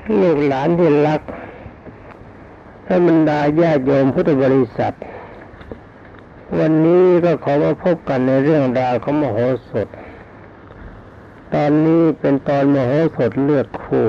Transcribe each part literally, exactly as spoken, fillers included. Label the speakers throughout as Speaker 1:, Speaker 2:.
Speaker 1: ลูกหลานที่รักท่านบรรดาญาติโยมพุทธบริษัทวันนี้ก็ขอมาพบกันในเรื่องราวของมโหสถตอนนี้เป็นตอนมโหสถเลือกคู่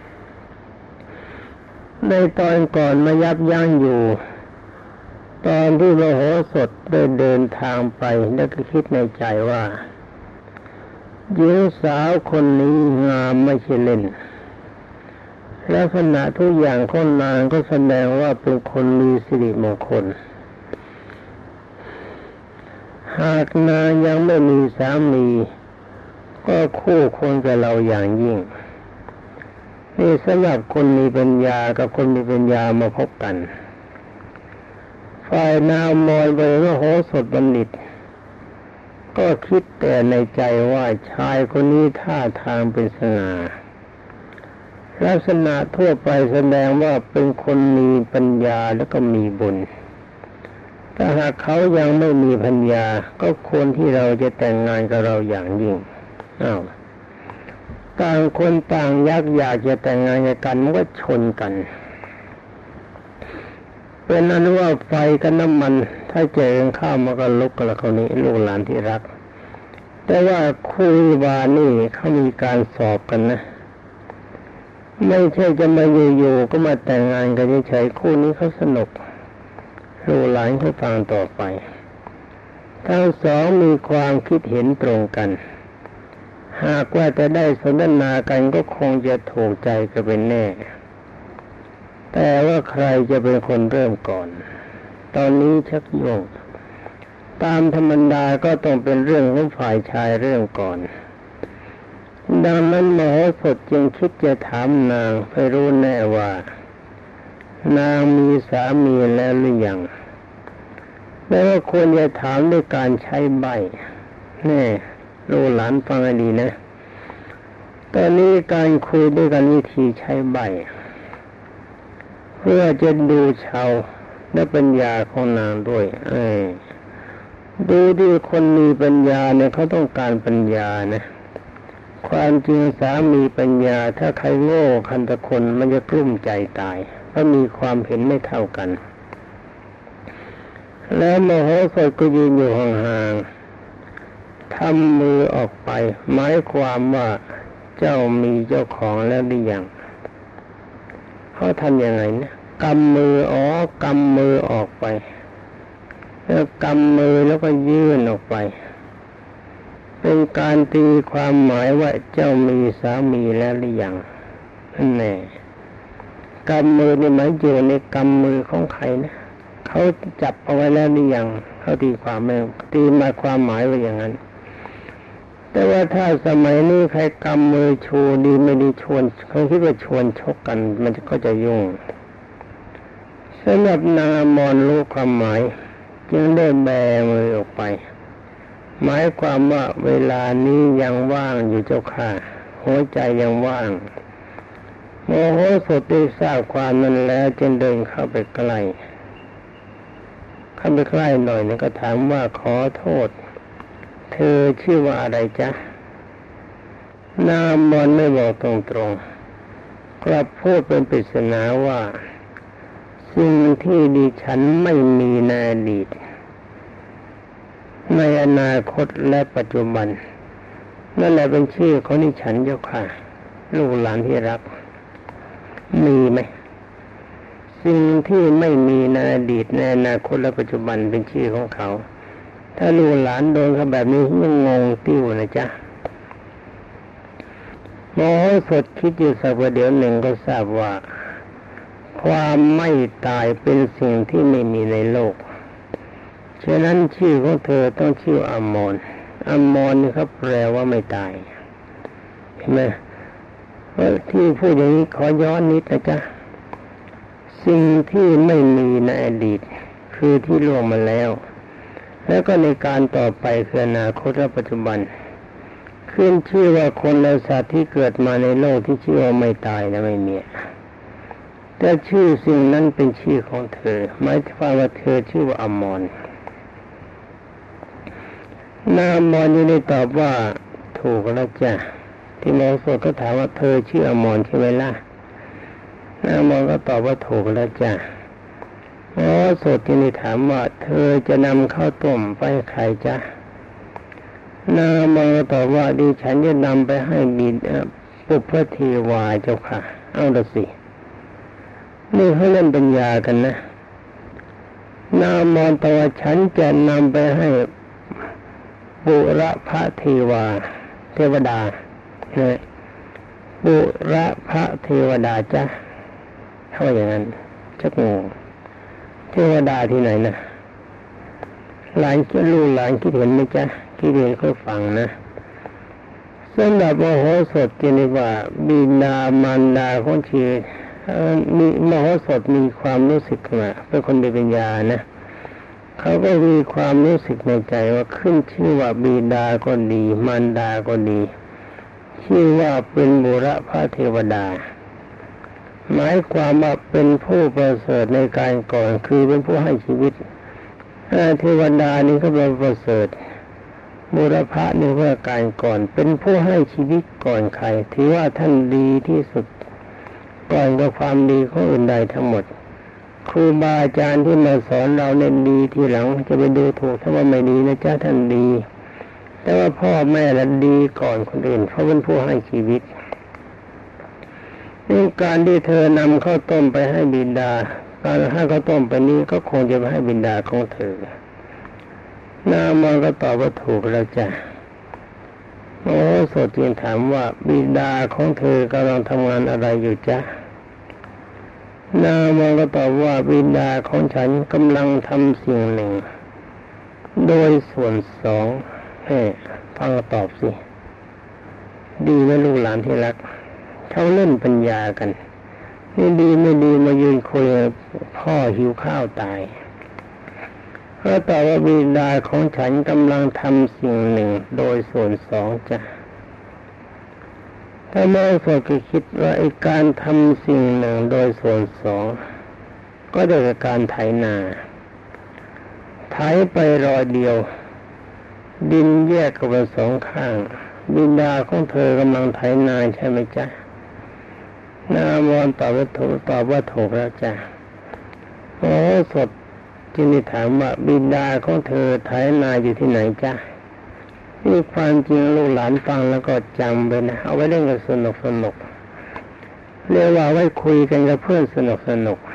Speaker 1: ในตอนก่อนมายับยั้งอยู่ตอนที่มโหสถได้เดินทางไปแล้วก็คิดในใจว่าหญิงสาวคนนี้งามไม่ใช่เล่นลักษณะทุกอย่างของนางก็แสดงว่าเป็นคนมีสิริมงคลหากนางยังไม่มีสามีก็คู่ควรกับเราอย่างยิ่งนี่สำหรับคนมีปัญญากับคนมีปัญญามาพบกันฝ่ายนางมอยเบอร์มโหสถบัณฑิตก็คิดแต่ในใจว่าชายคนนี้ท่าทางเป็นสง่าลักษณะทั่วไปแสดงว่าเป็นคนมีปัญญาแล้วก็มีบุญถ้าหากเขายังไม่มีปัญญาก็ควรที่เราจะแต่งงานกับเราอย่างยิ่งอ้าวต่างคนต่างยักอยากจะแต่งงานกันมันก็ชนกันเป็นนั้นว่าไฟกับน้ำมันถ้าเจอกันข้าวมันก็ลุกกันแล้วคนนี้ลูกหลานที่รักแต่ว่าคู่วานี่เขามีการสอบกันนะไม่ใช่จะมาอยู่ๆก็มาแต่งงานกันเฉยๆคู่นี้เขาสนุกลูกหลานเขาฟังต่อไปทั้งสองมีความคิดเห็นตรงกันหากว่าจะได้สนทนากันก็คงจะถูกใจกันเป็นแน่แต่ว่าใครจะเป็นคนเริ่มก่อนตอนนี้ชักโยงตามธรรมดาก็ต้องเป็นเรื่องของฝ่ายชายเริ่มก่อนดังนั้นมโหสถจึงคิดจะถามนางให้รู้แน่ว่านางมีสามีแล้วหรือยังแล้วก็ควรจะถามด้วยการใช้ใบแน่ลูกหลานฟังให้ดีนะตอนนี้การคุยด้วยกันวิธีใช้ใบเพื่อจะดูชาวและปัญญาของนางด้วยเอ้ยดูที่คนมีปัญญาเนี่ยเขาต้องการปัญญานะความจริงสามีปัญญาถ้าใครโง่คันตะคนมันจะกลุ้มใจตายเพราะมีความเห็นไม่เท่ากันแล้วมโหสถก็ยืนอยู่ห่างๆทำมือออกไปหมายความว่าเจ้ามีเจ้าของแล้วหรือยังเขาทำยังไงนะกำมืออ๋อกำมือออกไปแล้วกำมือแล้วก็ยื่นออกไปเป็นการตีความหมายว่าเจ้ามีสามีแล้วหรือยังนั่นแน่กำมือนี่หมายอยู่ในกำมือของใครนะเขาจับเอาไว้แล้วหรือยังเขาตีความไม่ตีมาความหมายว่าอย่างนั้นแต่ว่าถ้าสมัยนี้ใครกำมือชูดีไม่ดีชวนเขาคิดว่าชวนชกกันมันก็จะยุ่งสำหรับนางอมรรู้ความหมายจึงได้แบมือออกไปหมายความว่าเวลานี้ยังว่างอยู่เจ้าค่ะหัวใจยังว่างโมโหสถได้ทราบความนั้นแล้วจึงเดินเข้าไปใกล้เข้าไปใกล้หน่อยนึงก็ถามว่าขอโทษเธอชื่อว่าอะไรจ๊ะนางอมรไม่บอกตรงๆกลับพูดเป็นปริศนาว่าสิ่งที่ดิฉันไม่มีในอดีตในอนาคตและปัจจุบันนั่นแหละเป็นชื่อของดิฉันเจ้าค่ะลูกหลานที่รักมีไหมสิ่งที่ไม่มีในอดีตในอนาคตและปัจจุบันเป็นชื่อของเขาถ้าลูกหลานโดนเขาแบบนี้ยังงงติ้วนะจ๊ะมโหสถคิดอยู่สักประเดี๋ยวหนึ่งก็ทราบว่าความไม่ตายเป็นสิ่งที่ไม่มีในโลกฉะนั้นชื่อของเธอต้องชื่ออมรอมรนี่เขาแปลว่าไม่ตายเห็นไหมที่พูดอย่างนี้ขอย้อนนิดนะจ๊ะสิ่งที่ไม่มีในอดีตคือที่ล่วงมาแล้วแล้วก็ในการต่อไปคืออนาคตและปัจจุบันขึ้นชื่อว่าคนและสัตว์ที่เกิดมาในโลกที่ชื่อว่าไม่ตายนะไม่มีแต่ชื่อสิ่งนั้นเป็นชื่อของเธอหมายความว่าเธอชื่อว่าอมรนางอมรนี่ตอบว่าถูกแล้วจ้ะที่มโหสถก็ถามว่าเธอชื่ออมรใช่ไหมล่ะนางมอนก็ตอบว่าถูกแล้วจ้ะโอ้สดที่นี่ถามว่าเธอจะนำข้าวต้มไปให้ใครจ๊ะนางมอนก็ตอบว่าดิฉันจะนำไปให้บิดปุพพเทวาเจ้าค่ะเอาละสินี่เขาเล่นปัญญากันนะนางมอนตอบว่าฉันจะนำไปให้บุรพเทวาเทวดาเนี่ยบุรพเทวดาจ้ะเท่าอย่างนั้นชักงงเทวดาที่ไหนนะหลานคิดรู้หลานคิดเห็นไหมจ๊ะคิดเห็นก็ฟังนะสำหรับมโหสถที่นี่ว่าบิดามารดาของชีมีมโหสถมีความรู้สึกว่าเป็นคนมีปัญญานะเขาก็มีความรู้สึกในใจว่าขึ้นชื่อว่าบิดาก็ดีมารดาก็ดีชื่อว่าเป็นบุรพเทวดาหมายความว่าเป็นผู้ประเสริฐในการก่อนคือเป็นผู้ให้ชีวิตเทวดานี่ก็เป็นประเสริฐบุรพนี่เพื่อการก่อนเป็นผู้ให้ชีวิตก่อนใครถือว่าท่านดีที่สุดก่อนกับความดีของอื่นใดทั้งหมดครูบาอาจารย์ที่มาสอนเราเน้นดีทีหลังจะไปดูถูกถ้าว่าไม่ดีนะจ๊ะท่านดีแต่ว่าพ่อแม่ละดีก่อนคนอื่นเพราะเป็นผู้ให้ชีวิตนี่การที่เธอนำข้าวต้มไปให้บิดาการให้ข้าวต้มไปนี้ก็คงจะไปให้บิดาของเธอนางมอนก็ตอบว่าถูกแล้วจ้ะโอ้สดจึงถามว่าบิดาของเธอกำลังทำงานอะไรอยู่จ๊ะนางมอนก็ตอบว่าบิดาของฉันกำลังทำสิ่งหนึ่งโดยส่วนสองให้ฟังตอบสิดีไหมลูกหลานที่รักเขาเล่นปัญญากันนี่ดีไม่ดีมายืนคุยพ่อหิวข้าวตายก็ตอบว่าบิดาของฉันกำลังทำสิ่งหนึ่งโดยส่วนสองจ้ะถ้าแม่ก็คิดว่าไอ้การทำสิ่งหนึ่งโดยส่วนสองก็ได้กับการไถนาไถไปรอยเดียวดินแยกกันเป็นสองข้างบิดาของเธอกำลังไถนาใช่ไหมจ๊ะนามอนตอบว่าถูกตอบว่าถูกแล้วจ้ะโอ้สดที่นี่ถามว่าบิดาของเธอไถนาอยู่ที่ไหนจ๊ะนี่ความจริงลูกหลานฟังแล้วก็จำไปนะเอาไว้เล่นกันสนุกสนุกเรียกว่าไว้คุยกันกับเพื่อนสนุกสนุก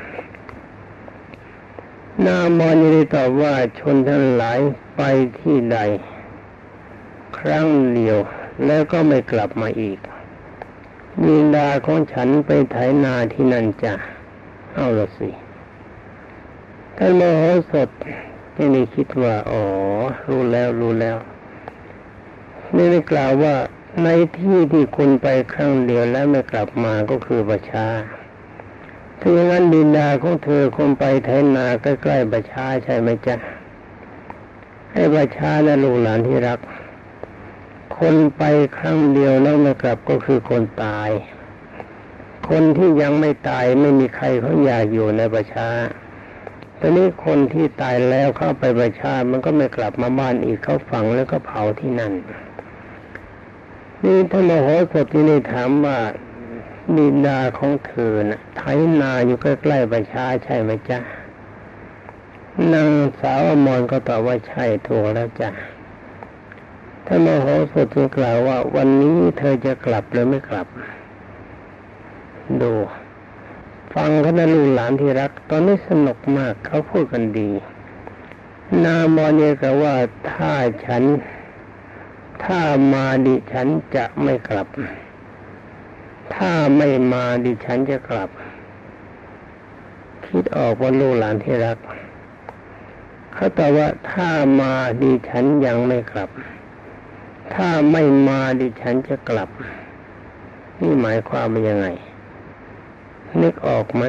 Speaker 1: นามอนยังได้ตอบว่าชนทั้งหลายไปที่ใดครั้งเดียวแล้วก็ไม่กลับมาอีกบิดาของฉันไปไถนาที่นั่นจ้ะเอาละสิท่านมโหสถที่นี่คิดว่าอ๋อรู้แล้วรู้แล้วนี่ได้กล่าวว่าในที่ที่คุณไปครั้งเดียวแล้วไม่กลับมาก็คือประชาถ้าอย่างนั้นบิดาของเธอคงไปไถนาใกล้ๆประชาใช่ไหมจ๊ะให้ประชาและลูกหลานที่รักคนไปครั้งเดียวแล้วไม่กลับก็คือคนตายคนที่ยังไม่ตายไม่มีใครเขาอยากอยู่ในประชาตอนนี้คนที่ตายแล้วเข้าไปประชามันก็ไม่กลับมาบ้านอีกเขาฝังแล้วก็เผาที่นั่นนี่ท่านมโหสถที่นี่ถามว่าบิดาของเธอนะไถนาอยู่ใกล้ๆประชาใช่ไหมจ๊ะนางสาวอมรก็ตอบว่าใช่ถูกแล้วจ้ะท่านมโหสถจึงกล่าวว่าวันนี้เธอจะกลับหรือไม่กลับดูฟังเขานะลูกหลานที่รักตอนนี้สนุกมากเขาพูดกันดีนามอนเนี่ยกล่าวว่าถ้าฉันถ้ามาดิฉันจะไม่กลับถ้าไม่มาดิฉันจะกลับคิดออกว่าลูกหลานที่รักเขาตอบว่าถ้ามาดิฉันยังไม่กลับถ้าไม่มาดิฉันจะกลับนี่หมายความว่ายังไงนึกออกไหม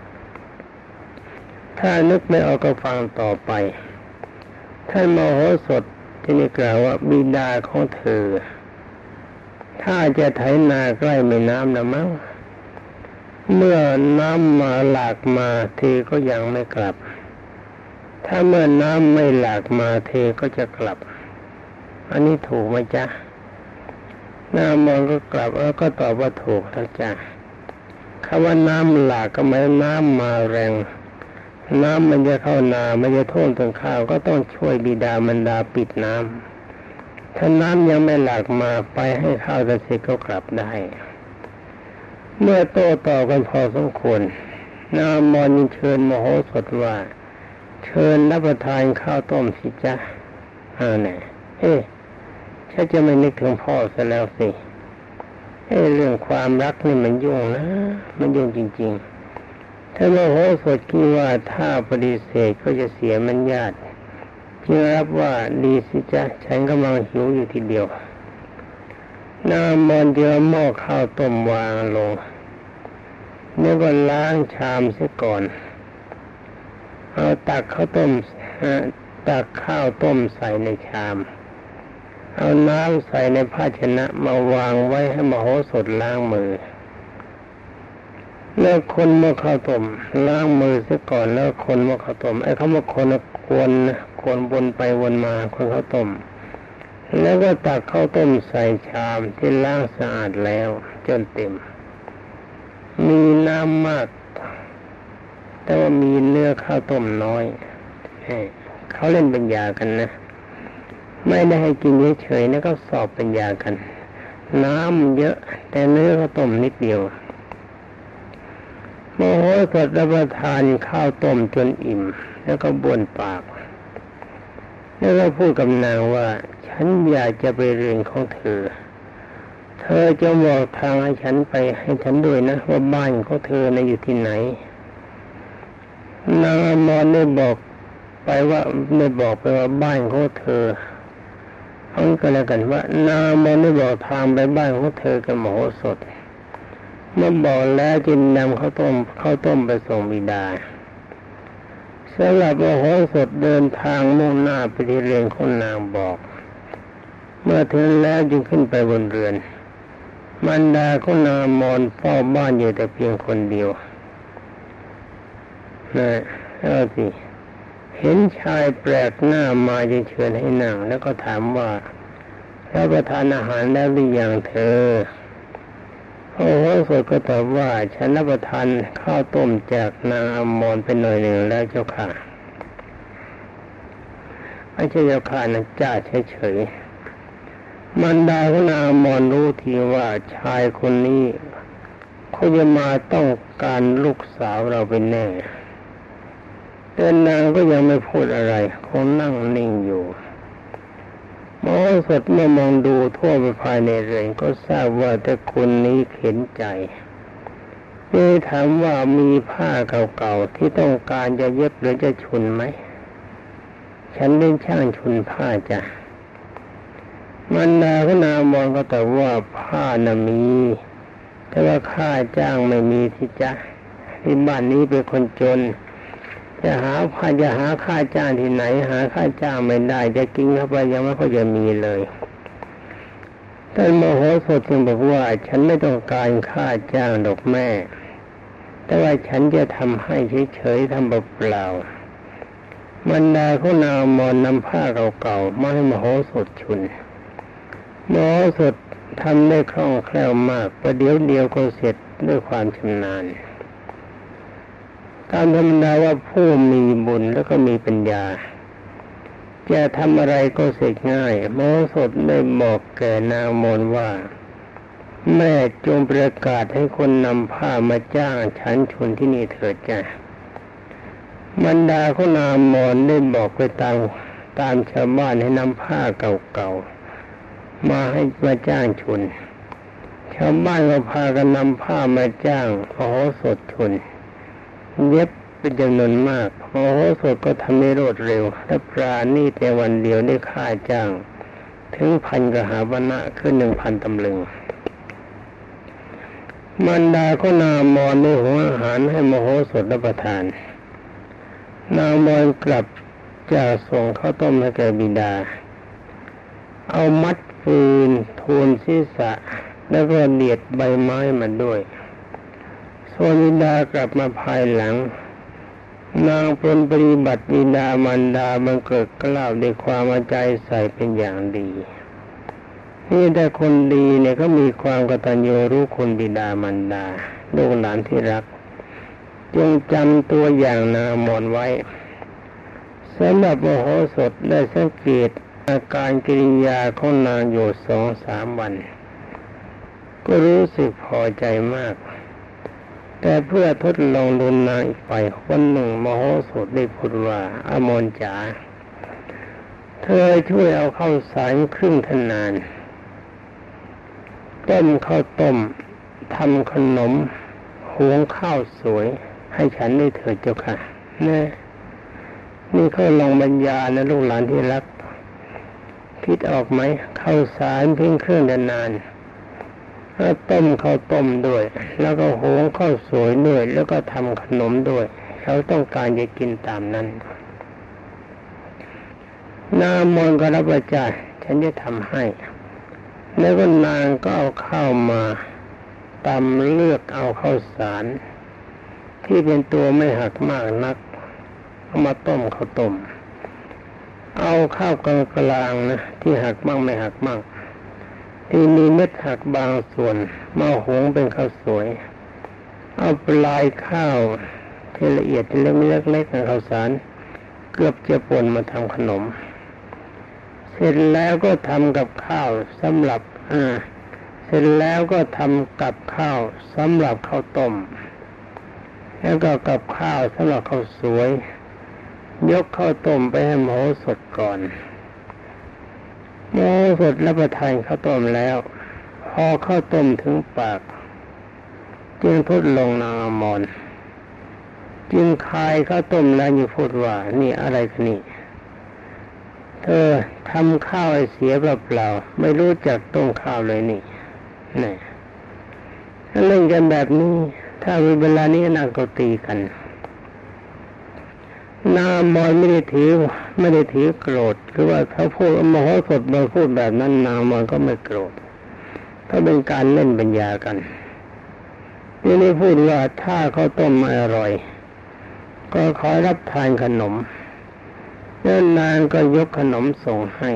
Speaker 1: ถ้านึกไม่ออกก็ฟังต่อไปท่านมโหสถที่นี่กล่าวว่าบิดาของเธอถ้าจะไถนาใกล้แม่น้ำนะมั้งเมื่อน้ำมาหลากมาเธอก็ยังไม่กลับถ้าเมื่อน้ำไม่หลากมาเธอก็จะกลับอันนี้ถูกไหมจ๊ะนามอนก็กลับแล้วก็ตอบว่าถูกแล้วจ้ะคำว่าน้ำหลากก็หมายน้ำมาแรงน้ำมันจะเข้านามันจะท่วมต้นข้าวก็ต้องช่วยบิดามารดาปิดน้ำถ้าน้ำยังไม่หลากมาไปให้ข้าวเสร็จก็กลับได้เมื่อโต้ตอบกันพอสมควรนางมอนเชิญมโหสถว่าเชิญรับประทานข้าวต้มสิจ๊ะอ่าเนี่ยเอ๊ะฉันจะไม่นึกถึงพ่อซะแล้วสิเอ๊ะเรื่องความรักนี่มันยุ่งนะมันยุ่งจริงๆถ้ามโหสถคิดว่าถ้าปฏิเสธก็จะเสียมันญาติจึงรับว่าดีสิจ๊ะฉันกำลังหิวอยู่ทีเดียวนางมอนเดือหม้อข้าวต้มวางลงแล้วก็ล้างชามเสียก่อนเอาตักข้าวต้มตักข้าวต้มใส่ในชามเอาน้ำใส่ในภาชนะมาวางไว้ให้มโหสถล้างมือแล้วคนหม้อข้าวต้มล้างมือเสียก่อนแล้วคนหม้อข้าวต้มไอ้เขามาคนคนคนวนไปวนมาคนข้าวต้มแล้วก็ตักข้าวต้มใส่ชามที่ล้างสะอาดแล้วจนเต็มมีน้ำมากแต่ว่ามีเนื้อข้าวต้มน้อยเขาเล่นปัญญากันนะไม่ได้ให้กินเฉยๆนะก็สอบปัญญากันน้ำเยอะแต่เนื้อข้าวต้มนิดเดียวโมโหสถรับประทานข้าวต้มจนอิ่มแล้วก็บ้วนปากแล้วก็พูดกับนางว่าฉันอยากจะไปเรือนของเธอเธอจะบอกทางให้ฉันไปให้ฉันด้วยนะว่าบ้านของเธอน่ะอยู่ที่ไหนนางอมรได้บอกไปว่าได้บอกไปว่าบ้านของเธอเอาก็แล้วกันว่านางอมรได้บอกทางไปบ้านของเธอกับมโหสถเมื่อบอกแล้วจึงนำข้าวต้มข้าวต้มไปส่งบิดาสำหรับมโหสถเดินทางมุ่งหน้าไปที่เรือนของนางบอกเมื่อถึงแล้วจึงขึ้นไปบนเรือนมารดาของนางอมรเฝ้าบ้านอยู่แต่เพียงคนเดียวนะเอาสิเห็นชายแปลกหน้ามาจึงเชิญให้นั่งแล้วก็ถามว่ารับประทานอาหารแล้วหรือยังเธอโอ้โหสดก็ตอบว่าฉันรับประทานข้าวต้มจากนางอมรเป็นหน่อยหนึ่งแล้วเจ้าค่ะไม่ใช่เจ้าค่ะนะจ้าเฉยๆมารดาของนางอมรรู้ทีว่าชายคนนี้เขาจะมาต้องการลูกสาวเราเป็นแน่แต่นางก็ยังไม่พูดอะไรคงนั่งนิ่งอยู่มโหสถเมื่อมองดูทั่วไปภายในเรือนก็ทราบว่าแต่คนนี้เข็นใจนี่ถามว่ามีผ้าเก่าๆที่ต้องการจะเย็บหรือจะชุนไหมฉันเป็นช่างชุนผ้าจ้ะมารดาของนางอมรก็ตอบว่าผ้าน่ะมีแต่ว่าค่าจ้างไม่มีที่จ้ะที่บ้านนี้เป็นคนจนจะหาผ้าจะหาค่าจ้างที่ไหนหาค่าจ้างไม่ได้จะกินเข้าไปยังไม่ค่อยจะมีเลยท่านมโหสถจึงบอกว่าฉันไม่ต้องการค่าจ้างดอกแม่แต่ว่าฉันจะทำให้เฉยๆทำเปล่าๆมารดาของนางอมรนำผ้าเก่าๆมาให้มโหสถชุนมโหสถทำได้คล่องแคล่วมากประเดี๋ยวเดียวก็เสร็จด้วยความชำนาญตามธรรมดาว่าผู้มีบุญแล้วก็มีปัญญาจะทำอะไรก็เสร็จง่ายมโหสถได้บอกแก่นางอมรว่าแม่จงประกาศให้คนนำผ้ามาจ้างฉันชุนที่นี่เถิดจ้ะมารดาของนางอมรได้บอกไปตามตามชาวบ้านให้นำผ้าเก่าๆมาให้มาจ้างชุนชาวบ้านก็พากันนำผ้ามาจ้างมโหสถชุนเย็บเป็นจำนวนมากมโหสถก็ทำได้รวดเร็วและปราณีตในวันเดียวได้ค่าจ้างถึงพันกหาปณะคือหนึ่งพันตำลึงมารดาก็นางอมรได้หุงอาหารให้มโหสถรับประทานนางอมรกลับจากส่งข้าวต้มให้แก่บิดาเอามัดฟืนทูลศีรษะแล้วก็เดียดใบไม้มาด้วยส่วนบิดากลับมาภายหลังนางปรนปฏิบัติบิดามารดาบังเกิดกล้าวด้วยความเอาใจใส่เป็นอย่างดีนี่แต่คนดีเนี่ยก็มีความกตัญญูรู้คุณบิดามารดาลูกหลานที่รักจงจำตัวอย่างนางอมรไว้สำหรับมโหสถได้สังเกตอาการกิริยาของนางอยู่สองสามวันก็รู้สึกพอใจมากแต่เพื่อทดลองดูนางอีกไปวันหนึ่งมโหสถได้พูดว่าอมรจ๋าเธอช่วยเอาข้าวสารครึ่งทนานต้มข้าวต้มทำขนมหุงข้าวสวยให้ฉันได้เถิดเจ้าค่ะนี่นี่เขาลองบรรยายนะลูกหลานที่รักคิดออกไหมข้าวสารเพียงเครื่องนานแล้วต้มข้าวต้มด้วยแล้วก็หุงข้าวสวยด้วยแล้วก็ทำขนมด้วยเขาต้องการจะกินตามนั้นนางมนก็รับประจานฉันจะทำให้แล้วก็นางก็เอาข้าวมาตำเลือกเอาข้าวสารที่เป็นตัวไม่หักมากนักเอามาต้มข้าวต้มเอาข้าวกลางกลางนะที่หักบ้างไม่หักบ้างที่มีเม็ดหักบางส่วนมาหุงเป็นข้าวสวยเอาปลายข้าวที่ละเอียดที่เล็กๆๆข้าวสารเกือบจะป่นมาทำขนมเสร็จแล้วก็ทำกับข้าวสำหรับอ่าเสร็จแล้วก็ทำกับข้าวสำหรับข้าวต้มแล้วก็กับข้าวสำหรับข้าวสวยยกข้าวต้มไปให้มโหสถก่อนมโหสถรับประทานข้าวต้มแล้วพอข้าวต้มถึงปากจึงพูดลงนางอมรจึงคายข้าวต้มแล้วอยู่พูดว่านี่อะไรกันนี่เธอทำข้าวให้เสียเปล่าๆไม่รู้จักต้มข้าวเลยนี่นี่ถ้าเล่นกันแบบนี้ถ้ามีเวลานี้นางก็ตีกันนางอมรไม่ได้ถือไม่ได้ถือโกรธคือว่าเขาพูดมโหสถมาพูดแบบนั้นนางอมรก็ไม่โกรธเพราะเป็นการเล่นปัญญากันนี่นี่พูดว่าถ้าเขาต้มไม่อร่อยก็ขอรับทานขนมแล้วนางก็ยกขนมส่งให้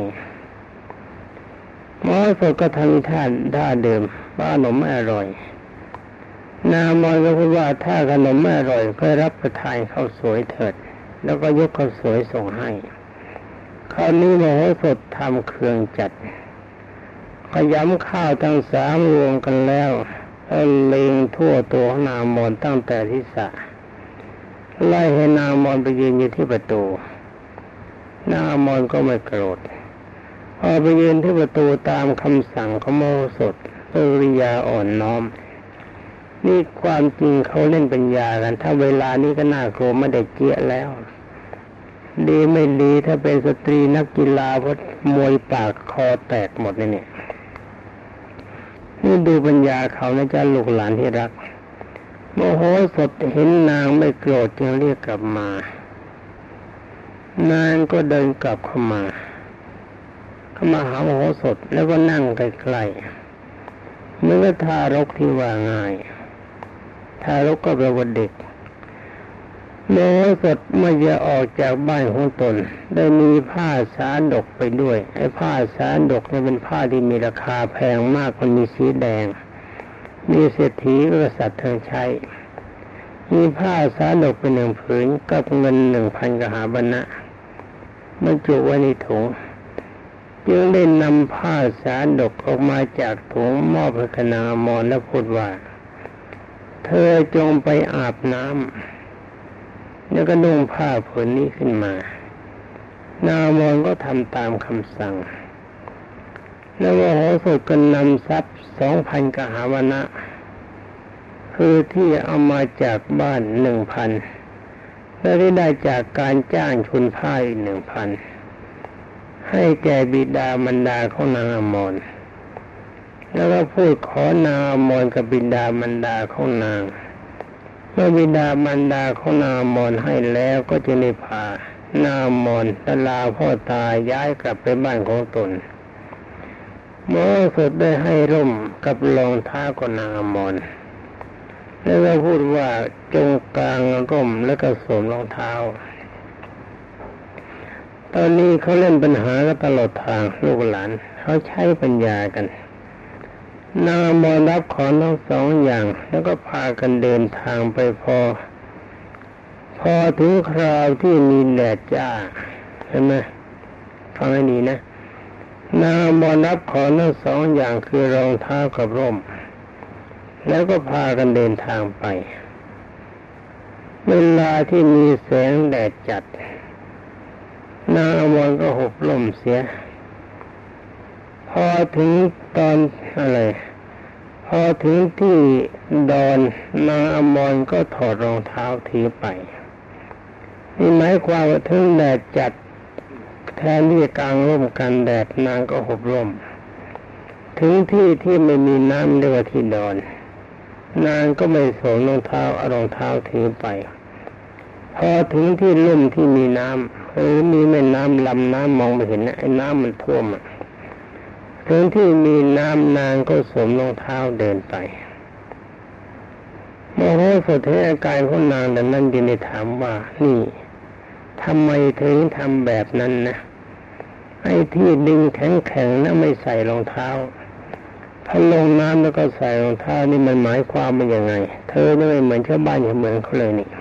Speaker 1: มโหสถก็ทำท่าท่าเดิมว่าขนมไม่อร่อยนางอมรก็พูดว่าถ้าขนมไม่อร่อยก็รับประทานข้าวสวยเถิดแล้วก็ยกข้าวสวยส่งให้คราวนี้มโหสถทำเครื่องจัดขยำข้าวทั้งสามรวมกันแล้วแล้วเล็งทั่วตัวของนางอมรตั้งแต่ศีรษะไล่ให้นางอมรไปยืนอยู่ที่ประตูนางอมรก็ไม่โกรธพอไปยืนที่ประตูตามคำสั่งของมโหสถด้วยกิริยาอ่อนน้อมนี่ความจริงเขาเล่นปัญญากันถ้าเวลานี้ก็น่ากลัวไม่ได้เจี๊ยแล้วดีไม่ดีถ้าเป็นสตรีนักกีฬาเพราะมวยปากคอแตกหมดเลยเนี่ยนี่ดูปัญญาเขานะจ๊ะลูกหลานที่รักโมโหสดเห็นนางไม่โกรธจึงเรียกกลับมานางก็เดินกลับเข้ามาเข้ามาหาโมโหสดแล้วก็นั่งใกล้ๆเมื่อทารกที่ว่าง่ายทารกก็แปลว่าเด็กโมโหสถเมื่อจะออกจากบ้านของตนได้มีผ้าสาดกไปด้วยไอ้ผ้าสาดกนี่เป็นผ้าที่มีราคาแพงมากมันมีสีแดงมีเศรษฐีกษัตริย์ทั้งใช้มีผ้าสาดกเป็นหนึ่งผืนกับเงินหนึ่งพันกหาบรรณะบรรจุไว้ในถุงจึงได้นำผ้าสาดกออกมาจากถุงมอบให้นางอมรและพูดว่าเธอจงไปอาบน้ำแล้วก็นุ่งผ้าผืนนี้ขึ้นมานางอมรก็ทำตามคำสั่งแล้วมโหสถก็นำทรัพย์สองพันกหาบรรณะคือที่เอามาจากบ้านหนึ่งพันและที่ได้จากการจ้างชุนผ้าอีกหนึ่งพันให้แก่บิดามารดาของนางอมรแล้วก็พูดขอนางอมรกับบิดามารดาของนางเมื่อบิดามารดาของนางอมรให้แล้วก็จะได้พานางอมรลาพ่อตายย้ายกลับไปบ้านของตนมโหสถได้ให้ร่มกับรองเท้าของนางอมรแล้วก็พูดว่าจงกางร่มแล้วก็สวมรองเท้าตอนนี้เขาเล่นปัญหาก็ตลอดทางลูกหลานเขาใช้ปัญญากันนางอมรรับของทั้งสองอย่างแล้วก็พากันเดินทางไปพอพอถึงคราวที่มีแดดจ้าเห็นไหมฟังให้ดีนะนางอมรรับของทั้งสองอย่างคือรองเท้ากับร่มแล้วก็พากันเดินทางไปเวลาที่มีแสงแดดจัดนางอมรก็หุบร่มเสียพอถึงตอนอะไรพอถึงที่ดอนนางอมรก็ถอดรองเท้าถือไปนี่หมายความว่าถึงแดดจัดแทนที่จะกางร่มกันแดดนางก็หุบร่มถึงที่ที่ไม่มีน้ำเรียกว่าที่ดอนนางก็ไม่สวมรองเท้าเอารองเท้าถือไปพอถึงที่ลุ่มที่มีน้ำหรือมีแม่น้ำลำน้ำมองไม่เห็นนะไอ้น้ำมันท่วมอ่ะถึงที่มีน้ำนางก็สวมรองเท้าเดินไปโมโหสดเห็นอาการของนางดังนั้นจึงได้ถามว่านี่ทำไมถึงทำแบบนั้นนะไอ้ที่ดึงแข็งๆนะไม่ใส่รองเท้าพอลงน้ำแล้วก็ใส่รองเท้านี่มันหมายความว่ายังไงเธอไม่เหมือนชาวบ้านชาวเมืองเขาเลยนี่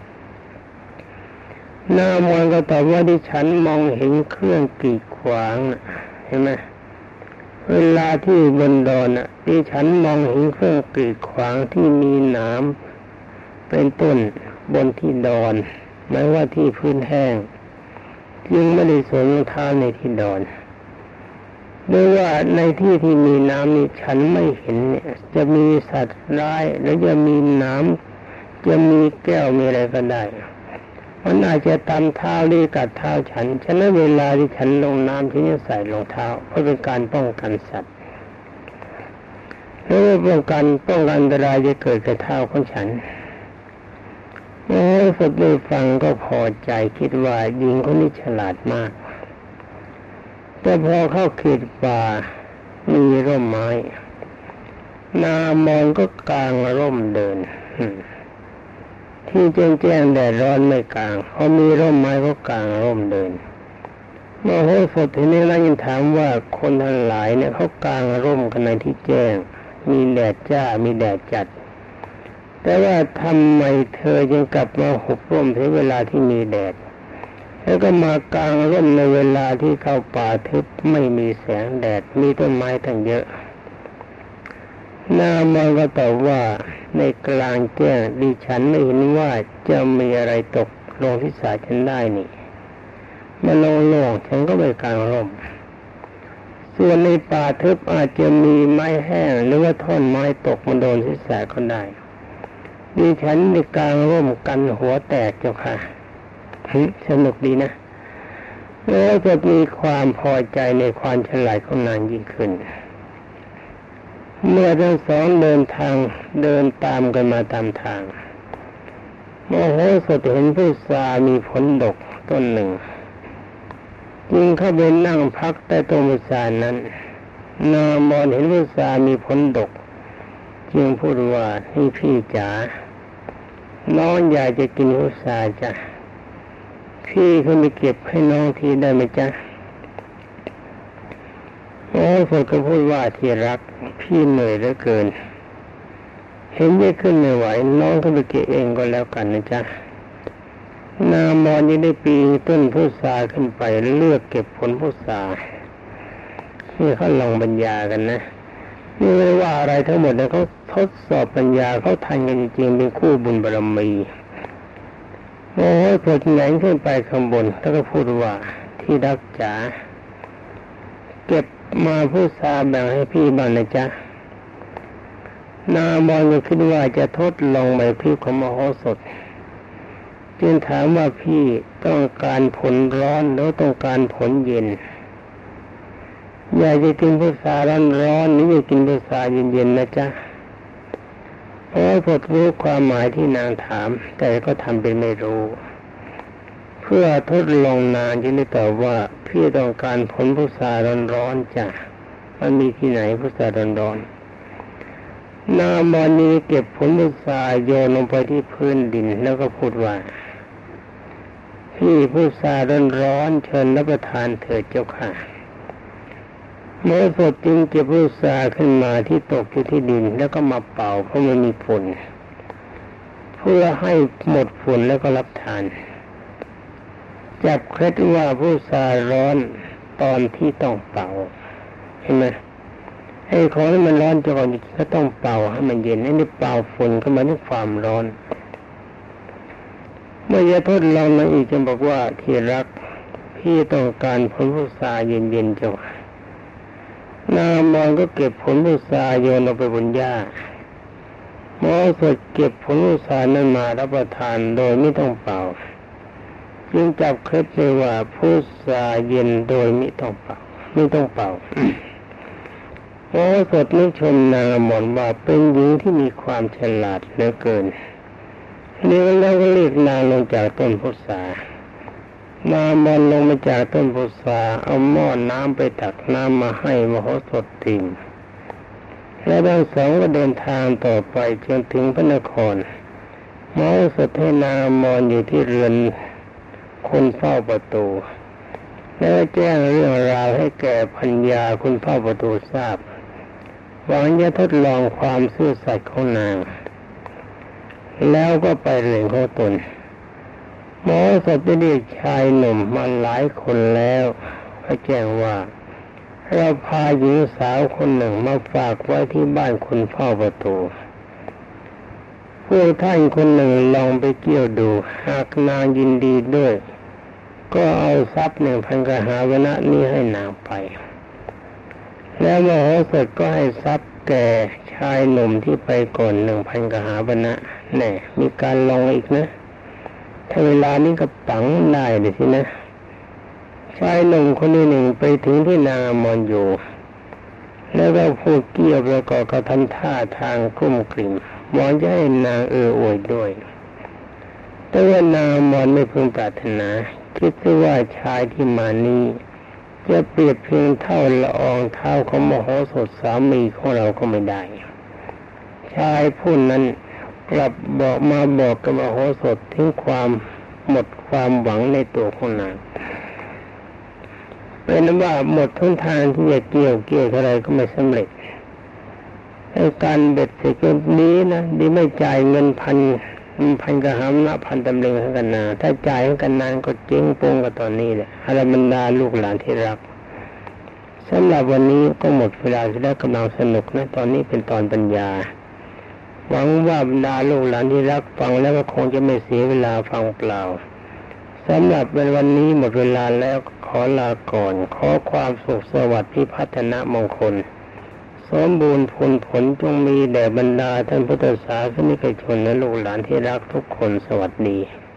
Speaker 1: นางอมรก็ตอบว่าดิฉันมองเห็นเครื่องกีดขวางเห็นไหมเวลาที่บนดอนน่ะดิฉันมองเห็นเครื่องกีดขวางที่มีหนามเป็นต้นบนที่ดอนหมายว่าที่พื้นแห้งจึงไม่ได้สวมรองเท้าในที่ดอนด้วยว่าในที่ที่มีน้ำนี่ฉันไม่เห็นเนี่ยจะมีสัตว์ร้ายหรือจะมีน้ำจะมีแก้วมีอะไรก็ได้มันอาจจะตำเท้าหรือกัดเท้าฉันฉะนั้นเวลาที่ฉันลงน้ำฉันจะใส่รองเท้าเพื่อเป็นการป้องกันสัตว์หรือป้องกันป้องกันอันตรายจะเกิดกับเท้าของฉันโอ้สุดได้ฟังก็พอใจคิดว่าหญิงคนนี้ฉลาดมากแต่พอเข้าเขตป่ามีร่มไม้นางอมรก็กางร่มเดินที่แจ้งแจ้งแดดร้อนไม่กางพอมีร่มไม้ก็กางร่มเดินโมโหสดทีนี้แล้วยังถามว่าคนทั้งหลายเนี่ยเขากางร่มกันในที่แจ้งมีแดดจ้ามีแดดจัดแต่ว่าทำไมเธอยังกลับมาหุบร่มในเวลาที่มีแดดแล้วก็มากางร่มในเวลาที่เข้าป่าทึบไม่มีแสงแดดมีต้นไม้ตั้งเยอะนางอมรก็ตอบว่าในกลางแจ้งดิฉันไม่เห็นว่าจะมีอะไรตกลงที่สาฉันได้นี่มันโล่งๆฉันก็ไปกางร่มส่วนในป่าทึบอาจจะมีไม้แห้งหรือว่าท่อนไม้ตกมาโดนที่สาก็ได้ดิฉันในกางร่มกันหัวแตกเจ้าค่ะสนุกดีนะแล้วจะมีความพอใจในความฉลาดของนางยิ่งขึ้นเมื่อทั้งสองเดินทางเดินตามกันมาตามทางโมโหสดเห็นพุทรามีผลดกต้นหนึ่งจึงเข้าไปนั่งพักใต้ต้นพุทรานั้นนางอมรเห็นพุทรามีผลดกจึงพูดว่าให้พี่จ๋าน้องอยากจะกินพุทราจ้ะพี่เขาไปเก็บให้น้องทีได้ไหมจ๊ะโอ้สดก็พูดว่าที่รักพี่เหนื่อยเหลือเกินเห็นไม่ขึ้นไม่ไหวน้องก็ไปเก็บเองก็แล้วกันนะจ๊ะนางอมรยังได้ปีนต้นพุทราขึ้นไปเลือกเก็บผลพุทรานี่เขาลองปัญญากันนะนี่ไม่ว่าอะไรทั้งหมดนะเขาทดสอบปัญญาเขาทันกันจริงๆเป็นคู่บุญบารมีโอ้ยพอแหงขึ้นไปข้างบนแล้วก็พูดว่าที่รักจ๋าเก็บมาพุทราแบ่งให้พี่บ้างนะจ๊ะนางอมรก็คิดว่าจะทดลองใบพริกของมโหสถจึงถามว่าพี่ต้องการผลร้อนหรือต้องการผลเย็นอยากจะกินพุทราร้อนๆหรืออยากกินพุทราเย็นๆนะจ๊ะเพราะพอรู้ความหมายที่นางถามแต่ก็ทำเป็นไม่รู้เพื่อทดลองนานจึงได้ตอบว่าพี่ต้องการผลพุทราร้อนๆจ้ะมันมีที่ไหนพุทราร้อนๆนางอมรนี้เก็บผลพุทราโยนลงไปที่พื้นดินแล้วก็พูดว่าพี่พุทราร้อนๆเชิญรับประทานเถิดเจ้าค่ะเมื่อสดจึงเก็บพุทราขึ้นมาที่ตกอยู่ที่ดินแล้วก็มาเป่าเพราะมันมีฝุ่นเพื่อให้หมดฝุ่นแล้วก็รับทานจับเคล็ดว่าพุทราร้อนตอนที่ต้องเป่าเห็นไหมไอ้ของที่มันร้อนจะก่อนก็ต้องเป่าให้มันเย็นไอ้นี่เป่าฝุ่นก็มาด้วยความร้อนเมื่อจะทดลองมาอีกจะบอกว่าที่รักพี่ต้องการผลพุทราเย็นๆเจ้านางมอนก็เก็บผลพุทราโยนลงไปบนหญ้าหมอสดเก็บผลพุทรานั้นมารับประทานโดยไม่ต้องเป่าจึงจับเคล็ดเลยว่าพุทราเย็นโดยไม่ต้องเป่าไม่ต้องเป่าหมอสดนึกชมนางมอนว่าเป็นหญิงที่มีความฉลาดเหลือเกินนี่แล้วก็เรียกนางลงจากต้นพุทรานางมอนลงมาจากต้นพุทราเอาหม้อน้ำไปตักน้ำมาให้มโหสถดื่มและทั้งสองก็เดินทางต่อไปจนถึงพระนครมโหสถให้นางมอนอยู่ที่เรือนคนเฝ้าประตูแล้วแจ้งเรื่องราวให้แก่พัญญาคนเฝ้าประตูทราบหวังจะทดลองความซื่อสัตย์ของนางแล้วก็ไปเรือนของตนหมอสดได้เรียกชายหนุ่มมาหลายคนแล้วก็แจ้งว่าเราพาหญิงสาวคนหนึ่งมาฝากไว้ที่บ้านคนเฝ้าประตูพวกท่านคนหนึ่งลองไปเกี่ยวดูหากนางยินดีด้วยก็เอาทรัพย์หนึ่งพันกหาวนะนี้ให้นางไปแล้วมโหสถก็ให้ทรัพย์แก่ชายหนุ่มที่ไปก่อนหนึ่งพันกหาวนะแน่มีการลองอีกนะถ้าเวลานี้ก็ปังได้เลยสินะชายหนุ่มคนนี้หนึ่งไปถึงที่นางอมรอยู่แล้วก็พูดเกี่ยวประกอบกับทำท่าทางกุ้มกลิ่มหวังจะให้นางเอออวยด้วยแต่ว่านางอมรไม่พึงปรารถนาคิดว่าชายที่มานี้จะเปรียบเพียงเท่าละอองเท้าของมโหสถสามีของเราก็ไม่ได้ชายผู้นั้นกลับบอกมาบอกกับมโหสถถึงความหมดความหวังในตัวของนางเป็นว่าหมดทุนทางที่จะเกี่ยวเกี่ยวอะไรก็ไม่สำเร็จไอ้การเบ็ดเสร็จนี้นะดีไม่จ่ายเงินพันพันกหามนะพันตำลึงให้กันนาถ้าจ่ายให้กันนานก็เจ๊งปงกับตอนนี้แหละอะไรบรรดาลูกหลานที่รักสำหรับวันนี้ก็หมดเวลาที่ได้กำลังสนุกนะตอนนี้เป็นตอนปัญญาหวังว่าบรรดาลูกหลานที่รักฟังแล้วก็คงจะไม่เสียเวลาฟังเปล่าสำหรับวันนี้หมดเวลาแล้วขอลาก่อนขอความสุขสวัสดิ์พิพัฒนมงคลสมบูรณ์ผลผลจงมีแด่บรรดาท่านพุทธศาสนิกชนและลูกหลานที่รักทุกคนสวัสดี